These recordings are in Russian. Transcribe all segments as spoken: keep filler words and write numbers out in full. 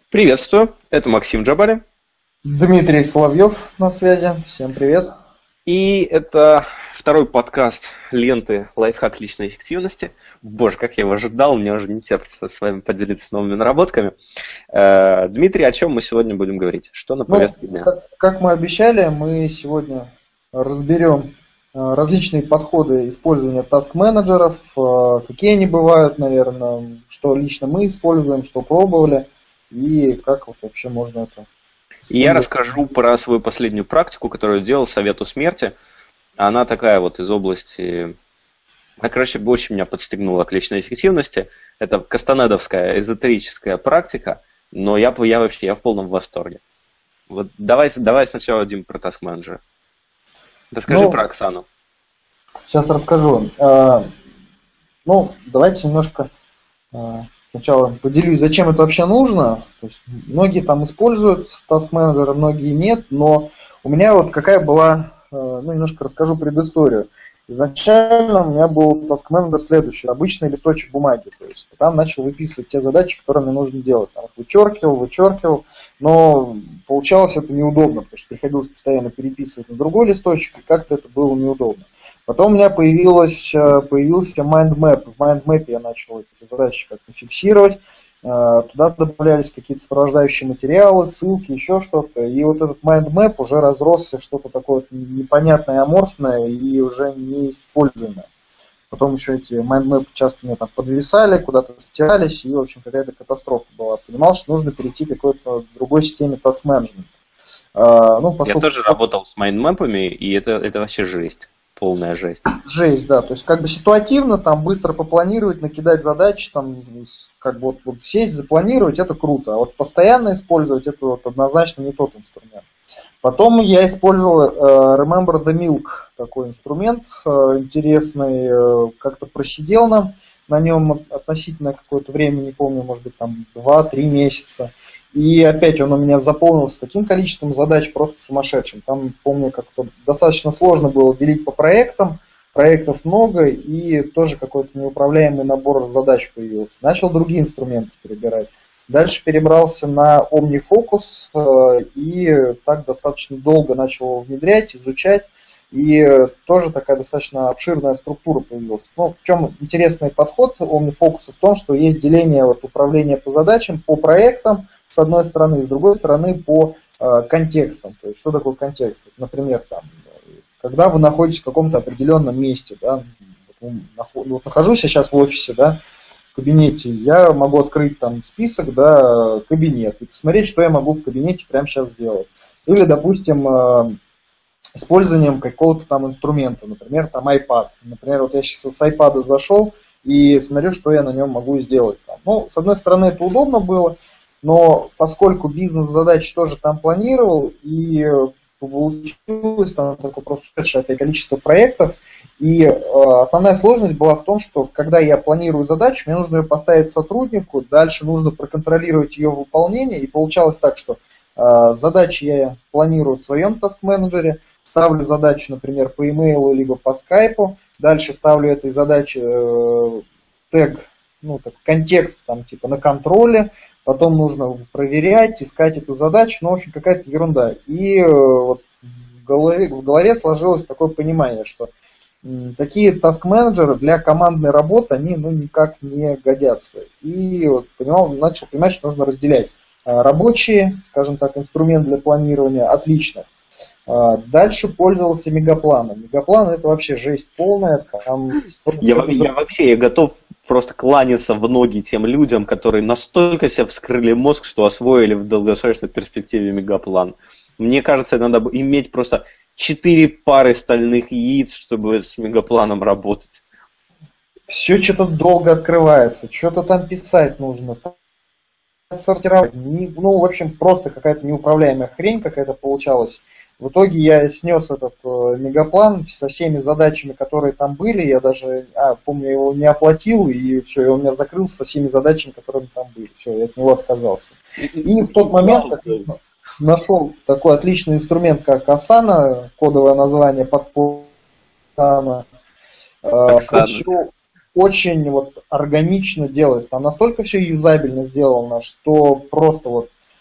Приветствую, это Максим Джабари. Дмитрий Соловьев на связи. Всем привет. И это второй подкаст ленты «Лайфхак личной эффективности». Боже, как я его ожидал, мне уже не терпится с вами поделиться новыми наработками. Э, Дмитрий, о чем мы сегодня будем говорить? Что на повестке Ну, дня? как, как мы обещали, мы сегодня разберем э, различные подходы использования таск-менеджеров, э, какие они бывают, наверное, что лично мы используем, что пробовали и как вот вообще можно это И я использовать. расскажу про свою последнюю практику, которую делал Совету смерти. Она такая вот из области... Она, короче, очень меня подстегнула к личной эффективности. Это кастанедовская эзотерическая практика, но я, я вообще я в полном восторге. Вот давай, давай сначала, Дим, про task менеджера. Расскажи Ну, про Оксану. сейчас расскажу. Э, Ну, давайте немножко э, сначала поделюсь, зачем это вообще нужно. То есть многие там используют Task Manager, многие нет, но у меня вот какая была, э, ну немножко расскажу предысторию. Изначально у меня был Task Manager следующий, обычный листочек бумаги. То есть там начал выписывать те задачи, которые мне нужно делать. Там их вычеркивал, вычеркивал, но получалось это неудобно, потому что приходилось постоянно переписывать на другой листочек, и как-то это было неудобно. Потом у меня появилась, появился mindmap. В mindmap я начал эти задачи как-то фиксировать. Туда добавлялись какие-то сопровождающие материалы, ссылки, еще что-то. И вот этот mindmap уже разросся в что-то такое непонятное, аморфное и уже неиспользуемое. Потом еще эти mindmap часто мне там подвисали, куда-то стирались, и, в общем, какая-то катастрофа была. Понимал, что нужно перейти к какой-то другой системе task management. Ну, Я поскольку... тоже работал с майндмэпами, и это, это вообще жесть. Полная жесть. Жесть, да. То есть как бы ситуативно, там быстро попланировать, накидать задачи, там как бы вот, вот сесть, запланировать, это круто. А вот постоянно использовать, это вот однозначно не тот инструмент. Потом я использовал uh, Remember the Milk, такой инструмент uh, интересный, uh, как-то просидел нам на нем относительно какое-то время, не помню, может быть там два-три месяца. И опять он у меня заполнился таким количеством задач, просто сумасшедшим. Там, помню, как-то достаточно сложно было делить по проектам, проектов много, и тоже какой-то неуправляемый набор задач появился. Начал другие инструменты перебирать. Дальше перебрался на OmniFocus, и так достаточно долго начал его внедрять, изучать. И тоже такая достаточно обширная структура появилась. Но в чем интересный подход OmniFocus? В том, что есть деление вот, управления по задачам, по проектам, с одной стороны, и с другой стороны по э, контекстам. То есть, что такое контекст? Например, там, когда вы находитесь в каком-то определенном месте, да, вот нахожусь я сейчас в офисе, да, в кабинете, я могу открыть там список, да, кабинет, и посмотреть, что я могу в кабинете прямо сейчас сделать. Или, допустим, э, использованием какого-то там инструмента, например, там iPad. Например, вот я сейчас с iPad зашел и смотрю, что я на нем могу сделать. Там. Ну, с одной стороны, это удобно было, но поскольку бизнес-задачи тоже там планировал, и получилось там такое просто сумасшедшее количество проектов, и э, основная сложность была в том, что когда я планирую задачу, мне нужно ее поставить сотруднику, дальше нужно проконтролировать ее выполнение, и получалось так, что э, задачи я планирую в своем таск-менеджере, ставлю задачу, например, по имейлу либо по скайпу, дальше ставлю этой задаче э, тег, ну, так, контекст там типа на контроле, потом нужно проверять, искать эту задачу, ну, в общем, какая-то ерунда. И э, вот в голове, в голове сложилось такое понимание, что м, такие таск-менеджеры для командной работы, они ну, никак не годятся. И вот, понимал, начал понимать, что нужно разделять а, рабочие, скажем так, инструмент для планирования от личных. А, дальше пользовался мегапланом. Мегаплан это вообще жесть полная. Там Я, я вообще я готов просто кланяться в ноги тем людям, которые настолько себе вскрыли мозг, что освоили в долгосрочной перспективе мегаплан. Мне кажется, надо иметь просто четыре пары стальных яиц, чтобы с мегапланом работать. Все что-то долго открывается, что-то там писать нужно, сортировать. Ну, в общем, просто какая-то неуправляемая хрень какая-то получалась. В итоге я снес этот э, мегаплан со всеми задачами, которые там были. Я даже, а, помню, его не оплатил, и все, и он у меня закрылся со всеми задачами, которые там были. Все, я от него отказался. И в тот момент как нашел такой отличный инструмент, как Asana, кодовое название под Asana. Оксана. Хочу очень вот органично делается. Там настолько все юзабельно сделано, что просто вот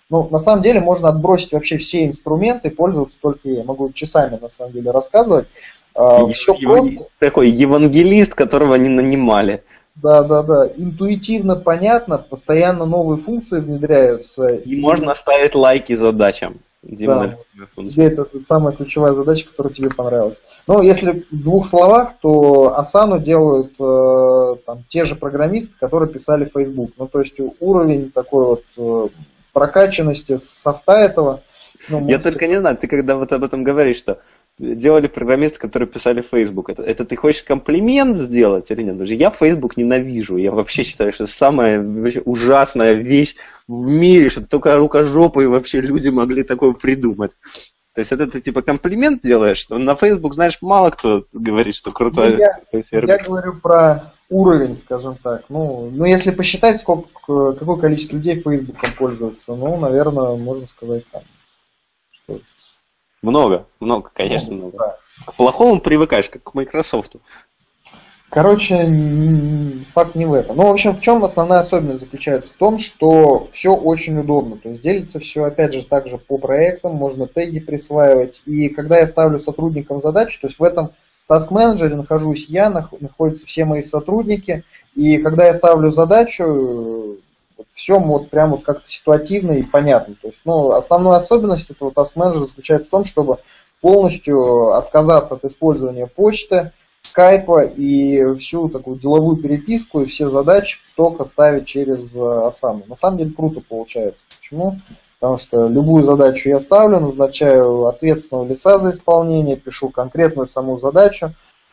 Ну, на самом деле можно отбросить вообще все инструменты, пользоваться только я. Могу часами на самом деле рассказывать. Ев- Все ев- просто. Такой евангелист, которого не нанимали. Да, да, да. Интуитивно понятно, постоянно новые функции внедряются. И И можно ставить лайки задачам. Дима, да, любимая функция. тебе это самая ключевая задача, которая тебе понравилась. Ну, если в двух словах, то Asana делают э, там, те же программисты, которые писали Facebook. Ну, то есть уровень такой вот э, прокачанности софта этого. Ну, Я может, только не знаю, ты когда вот об этом говоришь, что делали программисты, которые писали в Facebook. Это, это ты хочешь комплимент сделать или нет? Потому что я Facebook ненавижу. Я вообще считаю, что это самая вообще ужасная вещь в мире, что только рукожопые вообще люди могли такое придумать. То есть это ты типа комплимент делаешь, что на Facebook, знаешь, мало кто говорит, что ну, крутой я, такой сервис. я говорю про уровень, скажем так. Ну, ну, если посчитать, сколько, какое количество людей Facebook пользуются, ну, наверное, можно сказать там, что Много, много, конечно, много, много. да. К плохому привыкаешь, как к Microsoft. Короче, н- факт не в этом. Ну, в общем, в чем основная особенность заключается? В том, что все очень удобно. То есть делится все, опять же, также по проектам, можно теги присваивать. И когда я ставлю сотрудникам задачу, то есть в этом Task Manager нахожусь я, нах- находятся все мои сотрудники. И когда я ставлю задачу, все вот прям вот как-то ситуативно и понятно. То есть, ну, основная особенность этого Task Manager заключается в том, чтобы полностью отказаться от использования почты, скайпа и всю такую деловую переписку и все задачи только ставить через Asana. На самом деле круто получается. Почему? Потому что любую задачу я ставлю, назначаю ответственного лица за исполнение, пишу конкретную саму задачу.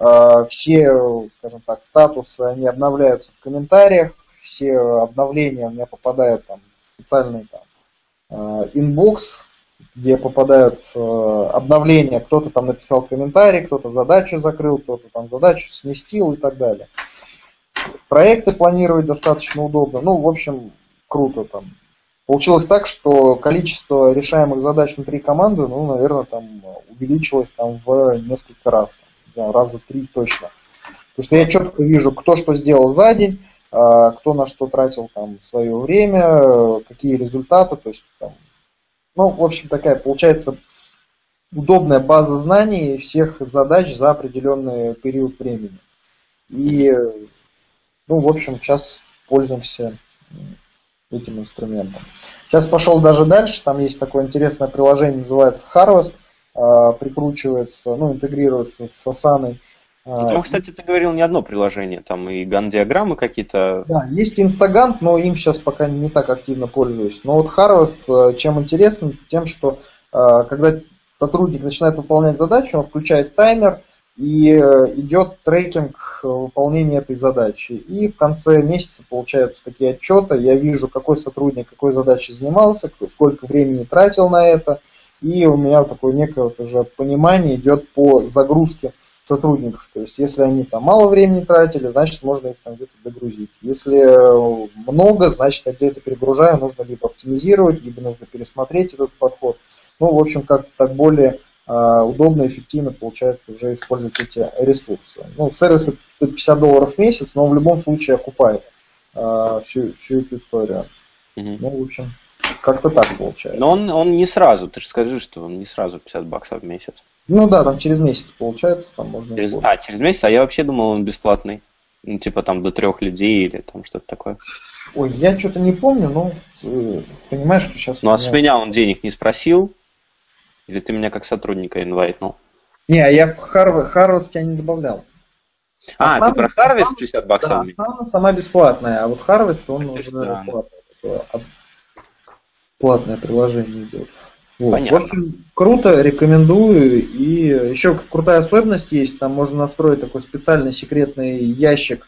Все, скажем так, статусы, они обновляются в комментариях, все обновления у меня попадают там, в специальный там, инбокс, где попадают э, обновления, кто-то там написал комментарий, кто-то задачу закрыл, кто-то там задачу сместил и так далее. Проекты планировать достаточно удобно. Ну, в общем, круто там. Получилось так, что количество решаемых задач внутри команды, ну, наверное, там увеличилось там в несколько раз. Там, раза три точно. Потому что я четко вижу, кто что сделал за день, кто на что тратил там свое время, какие результаты, то есть там, ну, в общем, такая получается удобная база знаний всех задач за определенный период времени. И, ну, в общем, сейчас пользуемся этим инструментом. Сейчас пошел даже дальше, там есть такое интересное приложение, называется Harvest, прикручивается, ну, интегрируется с Asana. Там, кстати, ты говорил не одно приложение, там и ган-диаграммы какие-то. Да, есть Instagant, но им сейчас пока не так активно пользуюсь. Но вот Harvest чем интересен? Тем, что когда сотрудник начинает выполнять задачу, он включает таймер и идет трекинг выполнения этой задачи. И в конце месяца получаются такие отчеты. Я вижу, какой сотрудник какой задачей занимался, сколько времени тратил на это. И у меня такое некое вот уже понимание идет по загрузке сотрудников. То есть, если они там мало времени тратили, значит, можно их там где-то догрузить. Если много, значит, я где-то перегружаю, нужно либо оптимизировать, либо нужно пересмотреть этот подход. Ну, в общем, как-то так более э, удобно и эффективно получается уже использовать эти ресурсы. Ну, сервис стоит пятьдесят долларов в месяц, но в любом случае окупает э, всю, всю эту историю. Угу. Ну, в общем, как-то так получается. Но он, он не сразу, ты же скажи, что он не сразу пятьдесят баксов в месяц. Ну да, там через месяц получается, там можно через, А, через месяц? А я вообще думал, он бесплатный. Ну, типа там до трех людей или там что-то такое. Ой, я что-то не помню, но понимаешь, что сейчас... Ну, а с меня он денег не спросил? Или ты меня как сотрудника инвайтнул? Не, я в Harvest тебя не добавлял. А, Asana, ты про Harvest пятьдесят баксов? Да, Asana сама бесплатная, а вот Harvest, он уже да. платный. Платное приложение идет. Вот. Понятно. В общем, круто, рекомендую. И еще крутая особенность есть, там можно настроить такой специальный секретный ящик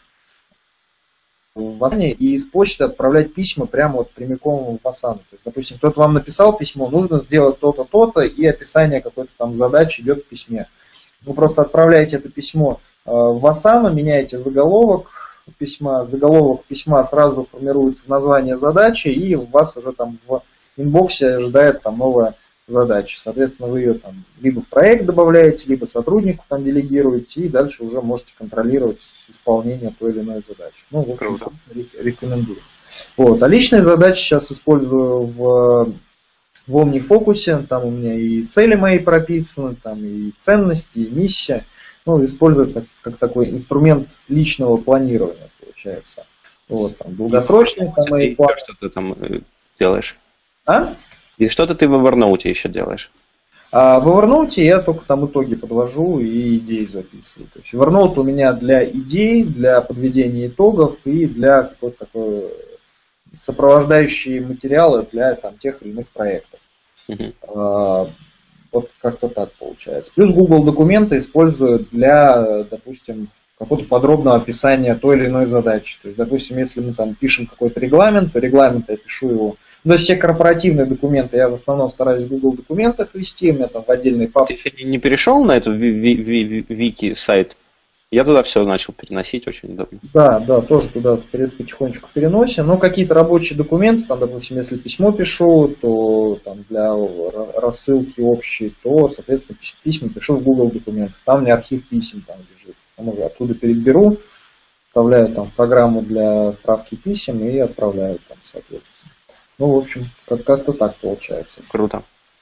в Asana и из почты отправлять письма прямо вот прямиком в Asana. То есть, допустим, кто-то вам написал письмо, нужно сделать то-то, то-то, и описание какой-то там задачи идет в письме. Вы просто отправляете это письмо в Asana, меняете заголовок письма, заголовок письма сразу формируется в название задачи, и у вас уже там в инбоксе ожидает там новая задача. Соответственно, вы ее там либо в проект добавляете, либо сотруднику там делегируете, и дальше уже можете контролировать исполнение той или иной задачи. Ну, в общем, рекомендую. Вот. А личные задачи сейчас использую в в OmniFocus, там у меня и цели мои прописаны, там и ценности, и миссия. Ну, использую как, как такой инструмент личного планирования, получается. Вот, там, долгосрочные там мои планы. Что ты там делаешь? А? И что-то ты в Evernote еще делаешь? А в Evernote я только там итоги подвожу и идеи записываю. То есть Evernote у меня для идей, для подведения итогов и для какой-то такой сопровождающие материалы для там, тех или иных проектов. Uh-huh. А, вот как-то так получается. Плюс Google документы использую для, допустим, какого-то подробного описания той или иной задачи. То есть, допустим, если мы там пишем какой-то регламент, то регламент я пишу его. Ну, то есть все корпоративные документы я в основном стараюсь в Google документах вести, у меня там в отдельной папке. Ты еще не перешел на эту вики сайт? Я туда все начал переносить, очень удобно. Да, да, тоже туда потихонечку переносим. Но какие-то рабочие документы, там, допустим, если письмо пишу, то там, для рассылки общей, то, соответственно, письма пишу в Google документах. Там у меня архив писем там лежит. Там уже оттуда переберу, вставляю там программу для отправки писем и отправляю там, соответственно. Ну, в общем, как- как-то так получается. Круто.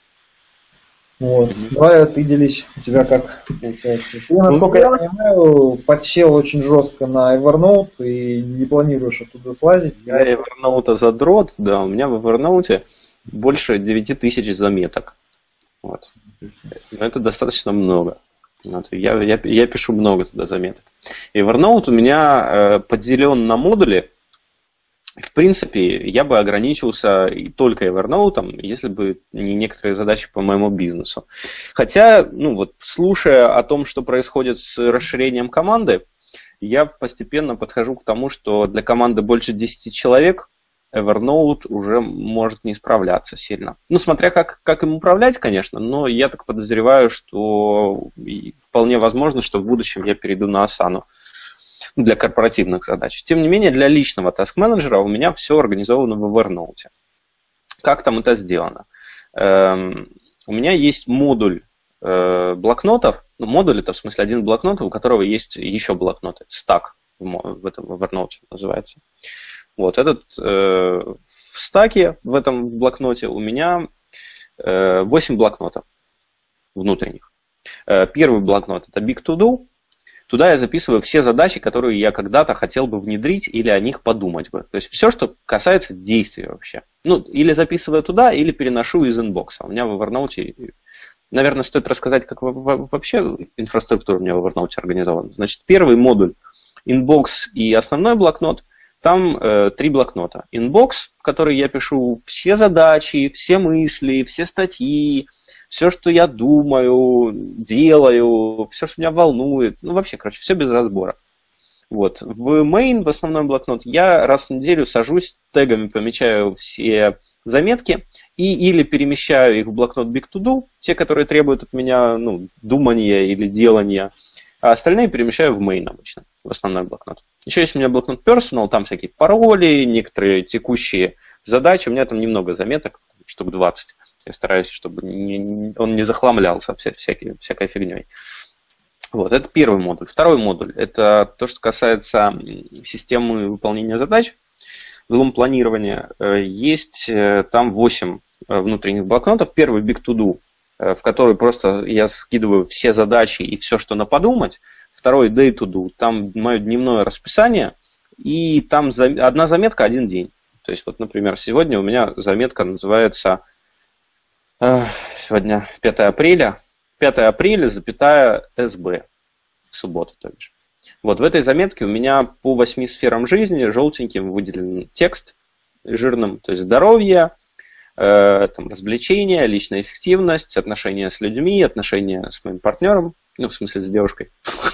Вот. Давай ты делись, у тебя как получается. Ты, насколько я понимаю, подсел очень жестко на Evernote и не планируешь оттуда слазить. Я Evernote задрот, да, у меня в Evernote больше девять тысяч заметок. Вот. Но это достаточно много. Вот. Я, я, я пишу много туда заметок. Evernote у меня э, поделен на модули. В принципе, я бы ограничился только Evernote, если бы не некоторые задачи по моему бизнесу. Хотя, ну вот, слушая о том, что происходит с расширением команды, я постепенно подхожу к тому, что для команды больше десяти человек Evernote уже может не справляться сильно. Ну, смотря как, как им управлять, конечно, но я так подозреваю, что вполне возможно, что в будущем я перейду на Asana для корпоративных задач. Тем не менее, для личного таск-менеджера у меня все организовано в Evernote. Как там это сделано? Эм, у меня есть модуль э, блокнотов. Ну, модуль это в смысле один блокнот, у которого есть еще блокноты. Стак в, в этом Evernote называется. Вот этот э, в стаке в этом блокноте у меня э, восемь блокнотов внутренних. Э, первый блокнот это Big To Do. Туда я записываю все задачи, которые я когда-то хотел бы внедрить или о них подумать бы. То есть все, что касается действий вообще. Ну, или записываю туда, или переношу из инбокса. У меня в Evernote, наверное, стоит рассказать, как вообще инфраструктура у меня в Evernote организована. Значит, первый модуль, инбокс и основной блокнот, там э, три блокнота. Инбокс, в который я пишу все задачи, все мысли, все статьи, все, что я думаю, делаю, все, что меня волнует. Ну, вообще, короче, все без разбора. Вот. В main, в основной блокнот, я раз в неделю сажусь, тегами помечаю все заметки и или перемещаю их в блокнот Big To Do, те, которые требуют от меня ну, думания или делания, а остальные перемещаю в main обычно, в основной блокнот. Еще есть у меня блокнот Personal, там всякие пароли, некоторые текущие задачи, у меня там немного заметок, штук двадцать. Я стараюсь, чтобы не, он не захламлялся вся, всякой, всякой фигней. Вот, это первый модуль. Второй модуль – это то, что касается системы выполнения задач, взлом планирования. Есть там восемь внутренних блокнотов. Первый Big To Do, в который просто я скидываю все задачи и все, что на подумать. Второй Day To Do, там мое дневное расписание, и там одна заметка, один день. То есть, вот, например, сегодня у меня заметка называется, э, сегодня пятое апреля, пятое апреля, запятая СБ, суббота, то бишь. Вот в этой заметке у меня по восьми сферам жизни желтеньким выделен текст жирным, то есть здоровье, э, там, развлечения, личная эффективность, отношения с людьми, отношения с моим партнером, ну, в смысле, с девушкой.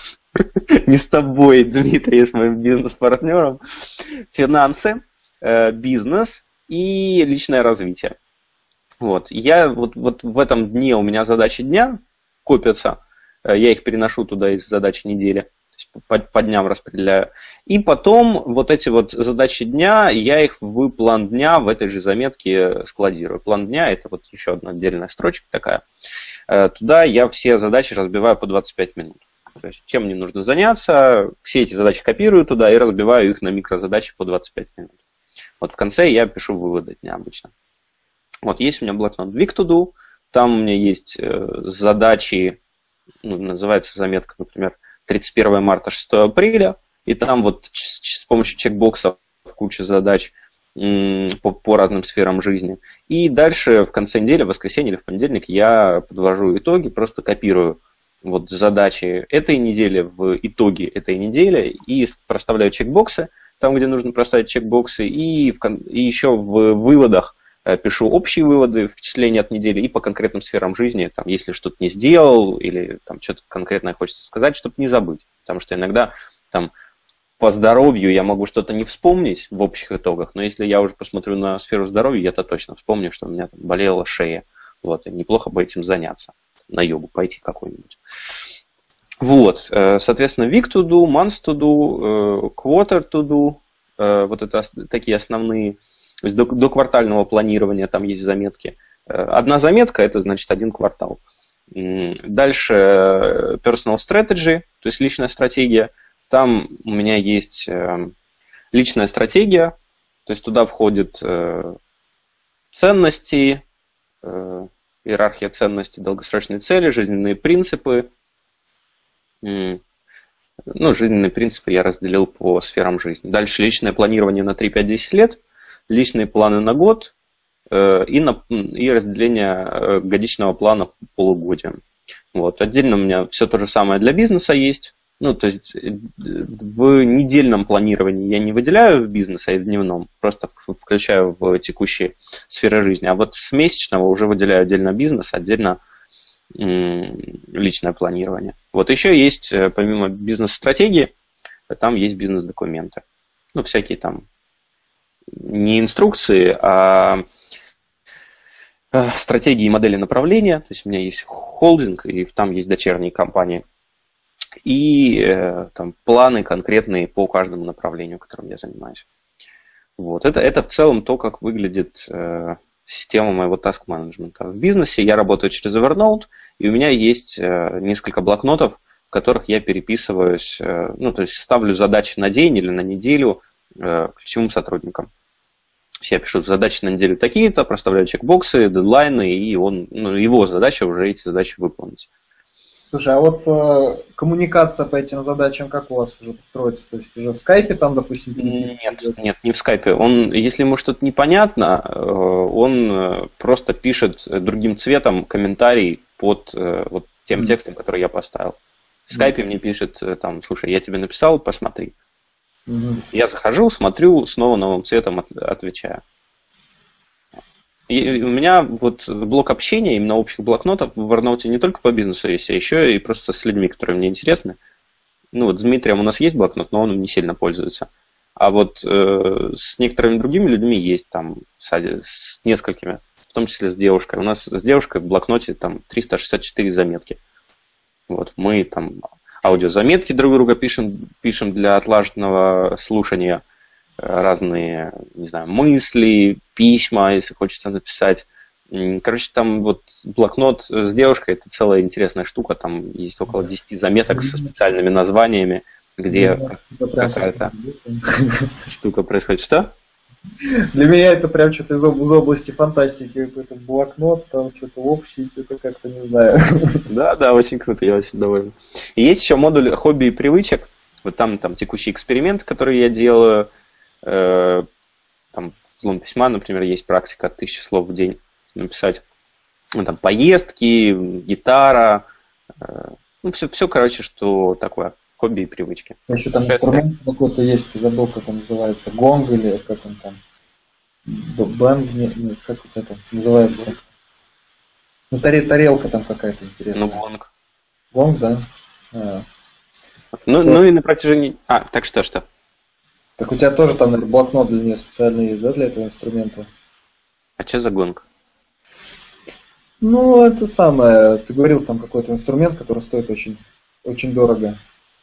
Не с тобой, Дмитрий, с моим бизнес-партнером, финансы, бизнес и личное развитие. Вот. Я вот, вот в этом дне у меня задачи дня копятся, я их переношу туда из задач недели, то есть по, по дням распределяю. И потом вот эти вот задачи дня, я их в план дня в этой же заметке складирую. План дня это вот еще одна отдельная строчка такая. Туда я все задачи разбиваю по двадцать пять минут. То есть чем мне нужно заняться, все эти задачи копирую туда и разбиваю их на микрозадачи по двадцать пять минут. Вот в конце я пишу выводы дня обычно. Вот есть у меня блокнот Week To Do, там у меня есть задачи, ну, называется заметка, например, тридцать первое марта, шестое апреля, и там вот с помощью чекбоксов куча задач по, по разным сферам жизни. И дальше в конце недели, в воскресенье или в понедельник я подвожу итоги, просто копирую вот задачи этой недели в итоге этой недели и проставляю чекбоксы там, где нужно проставить чекбоксы, и, в, и еще в выводах пишу общие выводы, впечатления от недели и по конкретным сферам жизни, там, если что-то не сделал или там что-то конкретное хочется сказать, чтобы не забыть. Потому что иногда там по здоровью я могу что-то не вспомнить в общих итогах, но если я уже посмотрю на сферу здоровья, я-то точно вспомню, что у меня там болела шея. Вот, и неплохо бы этим заняться, на йогу пойти какой-нибудь. Вот, соответственно, week to do, month to do, quarter to do, вот это такие основные, то есть до, до квартального планирования там есть заметки. Одна заметка – это значит один квартал. Дальше personal strategy, то есть личная стратегия. Там у меня есть личная стратегия, то есть туда входят ценности, иерархия ценностей, долгосрочные цели, жизненные принципы. Ну, жизненные принципы я разделил по сферам жизни. Дальше личное планирование на три, пять, десять лет, личные планы на год и, на, и разделение годичного плана по полугодиям. Вот. Отдельно у меня все то же самое для бизнеса есть. Ну, то есть в недельном планировании я не выделяю в бизнес, а и в дневном, просто включаю в текущие сферы жизни. А вот с месячного уже выделяю отдельно бизнес, отдельно личное планирование. Вот еще есть, помимо бизнес-стратегии, там есть бизнес-документы. Ну, всякие там не инструкции, а стратегии и модели направления. То есть у меня есть холдинг, и там есть дочерние компании. И э, там планы конкретные по каждому направлению, которым я занимаюсь. Вот. Это, это в целом то, как выглядит э, система моего таск-менеджмента. В бизнесе я работаю через Evernote, и у меня есть э, несколько блокнотов, в которых я переписываюсь, э, ну, то есть ставлю задачи на день или на неделю э, ключевым сотрудникам. Я пишу задачи на неделю такие-то, проставляю чекбоксы, дедлайны, и он, ну, его задача уже эти задачи выполнить. Слушай, а вот э, коммуникация по этим задачам как у вас уже строится? То есть уже в скайпе там, допустим? Нет, нет, не в скайпе. Он, если ему что-то непонятно, э, он просто пишет другим цветом комментарий под э, вот тем mm-hmm. текстом, который я поставил. В скайпе mm-hmm. мне пишет, там, слушай, я тебе написал, посмотри. Mm-hmm. Я захожу, смотрю, снова новым цветом от, отвечаю. И у меня вот блок общения, именно общих блокнотов в Evernote не только по бизнесу есть, а еще и просто с людьми, которые мне интересны. Ну вот с Дмитрием у нас есть блокнот, но он им не сильно пользуется. А вот э, с некоторыми другими людьми есть там, с, с несколькими, в том числе с девушкой. У нас с девушкой в блокноте там триста шестьдесят четыре заметки. Вот мы там аудиозаметки друг друга пишем, пишем для отлаженного слушания. Разные, не знаю, мысли, письма, если хочется написать. Короче, там вот блокнот с девушкой, это целая интересная штука, там есть около десяти заметок со специальными названиями, где какая-то штука происходит. Что? Для меня это прям что-то из области фантастики, какой-то блокнот, там что-то общее, что-то как-то не знаю. Да, да, очень круто, я очень доволен. И есть еще модуль хобби и привычек, вот там, там текущие эксперименты, которые я делаю. Там в злом письма, например, есть практика тысячи слов в день написать. Ну, там поездки, гитара, ну все, все, короче, что такое хобби и привычки. Еще там инструмент какой-то есть, забыл, как он называется, гонг или как он там, бэнг, нет, как вот это называется. Ну, тарелка там какая-то интересная. Ну, гонг. Гонг, да. А. Ну, ну и на протяжении... А, так что, что? Так у тебя тоже там, наверное, блокнот для нее специальный есть, да, для этого инструмента? А что за гонг? Ну, это самое, ты говорил, там какой-то инструмент, который стоит очень, очень дорого.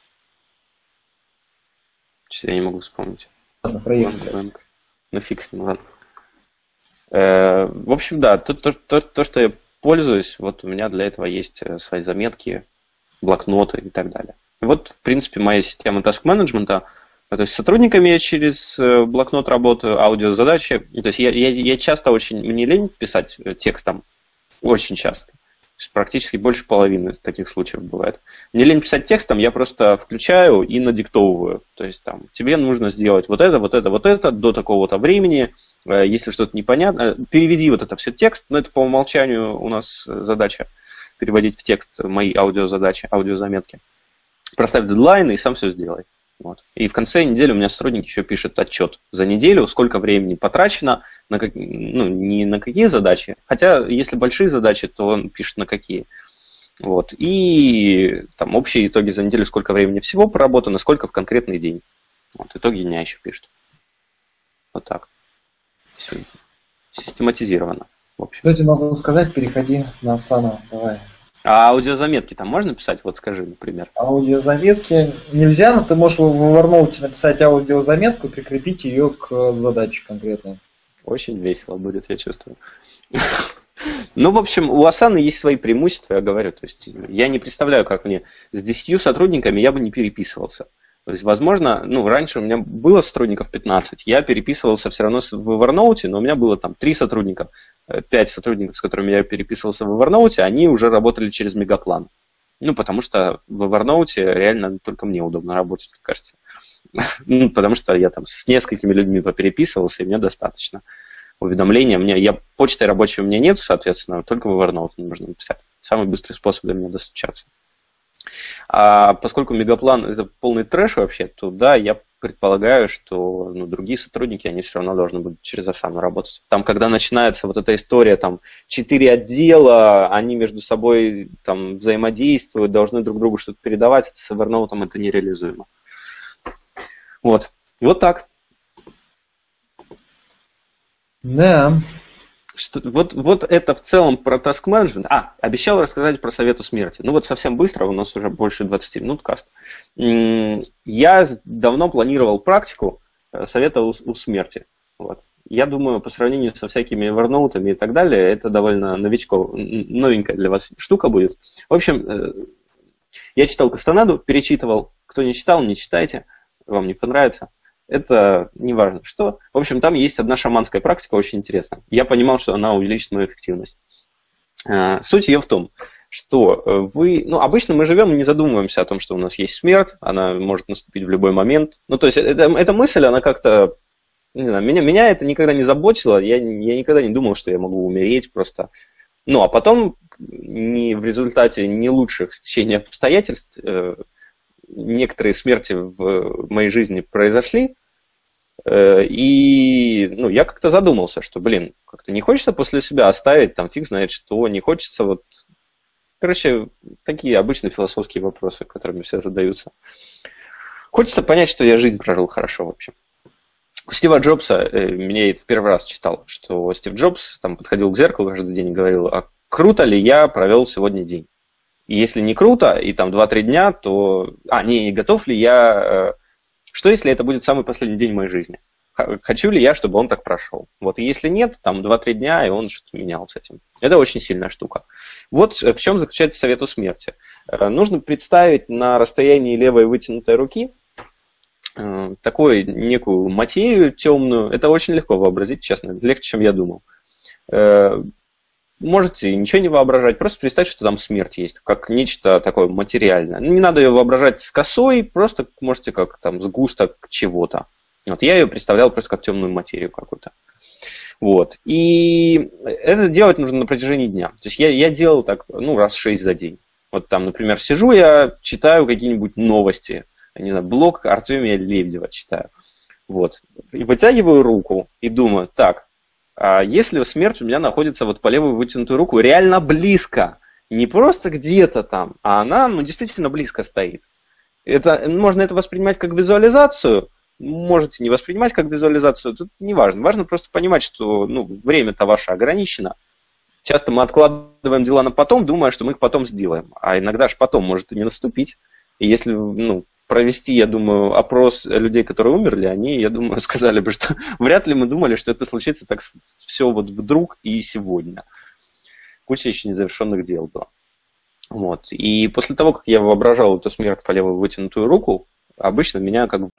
Сейчас я не могу вспомнить. Ладно, проехали. Гонг, гонг. Ну, фиг с ним, ладно. Э, в общем, да, то, то, то, то, что я пользуюсь, вот у меня для этого есть свои заметки, блокноты и так далее. Вот, в принципе, моя система таск-менеджмента То есть с сотрудниками я через блокнот работаю, аудиозадачи. То есть я, я, я часто очень, мне лень писать текстом, очень часто. Практически больше половины таких случаев бывает. Мне лень писать текстом, я просто включаю и надиктовываю. То есть там тебе нужно сделать вот это, вот это, вот это до такого-то времени. Если что-то непонятно, переведи вот это все в текст. Но это по умолчанию у нас задача переводить в текст мои аудиозадачи, аудиозаметки. Проставь дедлайн и сам все сделай. Вот. И в конце недели у меня сотрудник еще пишет отчет за неделю, сколько времени потрачено, на как, ну, не на какие задачи, хотя если большие задачи, то он пишет на какие. Вот. И там общие итоги за неделю, сколько времени всего проработано, сколько в конкретный день. Вот. Итоги дня еще пишет. Вот так. Все систематизировано. В общем. Что тебе могу сказать, переходи на Асану, давай. А аудиозаметки там можно писать? Вот скажи, например. Аудиозаметки нельзя, но ты можешь в Evernote написать аудиозаметку и прикрепить ее к задаче конкретной. Очень весело будет, я чувствую. Ну, в общем, у Асаны есть свои преимущества, я говорю. То есть я не представляю, как мне с десятью сотрудниками я бы не переписывался. То есть, возможно, ну, раньше у меня было сотрудников пятнадцать, я переписывался все равно в Evernote, но у меня было там три сотрудника, пять сотрудников, с которыми я переписывался в Evernote, они уже работали через Мегаплан. Ну, потому что в Evernote реально только мне удобно работать, мне кажется. Ну, потому что я там с несколькими людьми попереписывался, и мне достаточно. Уведомления, мне, я, почты рабочей у меня нет, соответственно, только в Evernote нужно написать. Самый быстрый способ для меня достучаться. А поскольку Мегаплан это полный трэш вообще, то да, я предполагаю, что ну, другие сотрудники, они все равно должны будут через Асану работать. Там, когда начинается вот эта история, там, четыре отдела, они между собой там взаимодействуют, должны друг другу что-то передавать, с Evernote это нереализуемо. Вот. Вот так. Да. Что, вот, вот это в целом про task management. А, обещал рассказать про совету смерти. Ну вот совсем быстро, у нас уже больше двадцати минут каст. Я давно планировал практику совета у, у смерти. Вот. Я думаю, по сравнению со всякими Evernote и так далее, это довольно новичков, новенькая для вас штука будет. В общем, я читал Кастанеду, перечитывал. Кто не читал, не читайте. Вам не понравится. Это не важно что. В общем, там есть одна шаманская практика, очень интересная. Я понимал, что она увеличит мою эффективность. Суть ее в том, что вы... Ну, обычно мы живем и не задумываемся о том, что у нас есть смерть, она может наступить в любой момент. Ну, то есть, это, эта мысль, она как-то... Не знаю, меня, меня это никогда не заботило, я, я никогда не думал, что я могу умереть просто. Ну, а потом, не, в результате не лучших стечения обстоятельств, э, некоторые смерти в моей жизни произошли, и ну, я как-то задумался, что, блин, как-то не хочется после себя оставить, там, фиг знает что, не хочется вот... Короче, такие обычные философские вопросы, которыми все задаются. Хочется понять, что я жизнь прожил хорошо, в общем. У Стива Джобса, меня это в первый раз читал, что Стив Джобс там подходил к зеркалу каждый день и говорил, а круто ли я провел сегодня день? И если не круто, и там два-три дня, то... А, не, готов ли я... Что если это будет самый последний день моей жизни? Хочу ли я, чтобы он так прошел? Вот, и если нет, там два-три дня, и он что-то менял с этим. Это очень сильная штука. Вот в чем заключается совет у смерти. Нужно представить на расстоянии левой вытянутой руки такую некую материю темную. Это очень легко вообразить, честно, легче, чем я думал. Можете ничего не воображать, просто представьте, что там смерть есть, как нечто такое материальное. Не надо ее воображать с косой, просто можете как там сгусток чего-то. Вот я ее представлял просто как темную материю какую-то. Вот. И это делать нужно на протяжении дня. То есть я, я делал так, ну, раз шесть за день. Вот там, например, сижу я, читаю какие-нибудь новости, не знаю, блог Артемия Лебедева читаю. Вот. И вытягиваю руку и думаю, так, а если смерть у меня находится вот по левую вытянутую руку реально близко, не просто где-то там, а она ну, действительно близко стоит. Это, можно это воспринимать как визуализацию, можете не воспринимать как визуализацию, тут не важно. Важно просто понимать, что ну, время-то ваше ограничено. Часто мы откладываем дела на потом, думая, что мы их потом сделаем. А иногда же потом может и не наступить. И если ну, провести, я думаю, опрос людей, которые умерли, они, я думаю, сказали бы, что вряд ли мы думали, что это случится так все вот вдруг и сегодня. Куча еще незавершенных дел было. Вот. И после того, как я воображал эту смерть по левую вытянутую руку, обычно меня как бы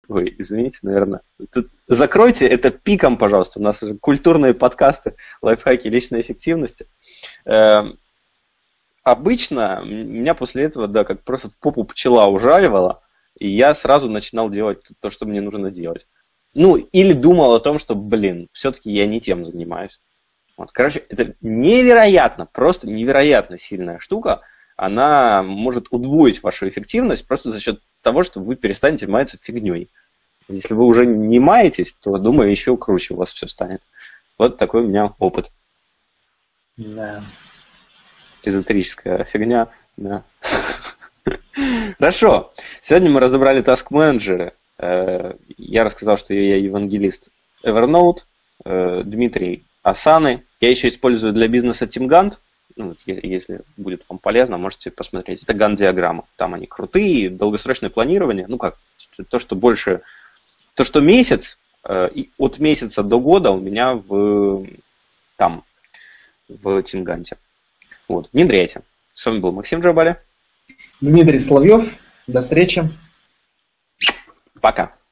Ой, извините, наверное. Тут закройте это пиком, пожалуйста. У нас уже культурные подкасты, лайфхаки личной эффективности. Э, обычно меня после этого, да, как просто в попу пчела ужаливала, и я сразу начинал делать то, что мне нужно делать. Ну, или думал о том, что, блин, все-таки я не тем занимаюсь. Вот, короче, это невероятно, просто невероятно сильная штука. Она может удвоить вашу эффективность просто за счет того, что вы перестанете маяться фигней. Если вы уже не маетесь, то, думаю, еще круче у вас все станет. Вот такой у меня опыт. Да. Эзотерическая фигня, да. Хорошо. Сегодня мы разобрали таск-менеджеры. Я рассказал, что я евангелист Evernote, Дмитрий Asana. Я еще использую для бизнеса TeamGant. Ну, если будет вам полезно, можете посмотреть. Это Гант-диаграмма. Там они крутые, долгосрочное планирование. Ну как, то, что больше... То, что месяц, от месяца до года у меня в, там, в TeamGant. Вот, внедряйте. С вами был Максим Джабаля. Дмитрий Соловьев. До встречи. Пока.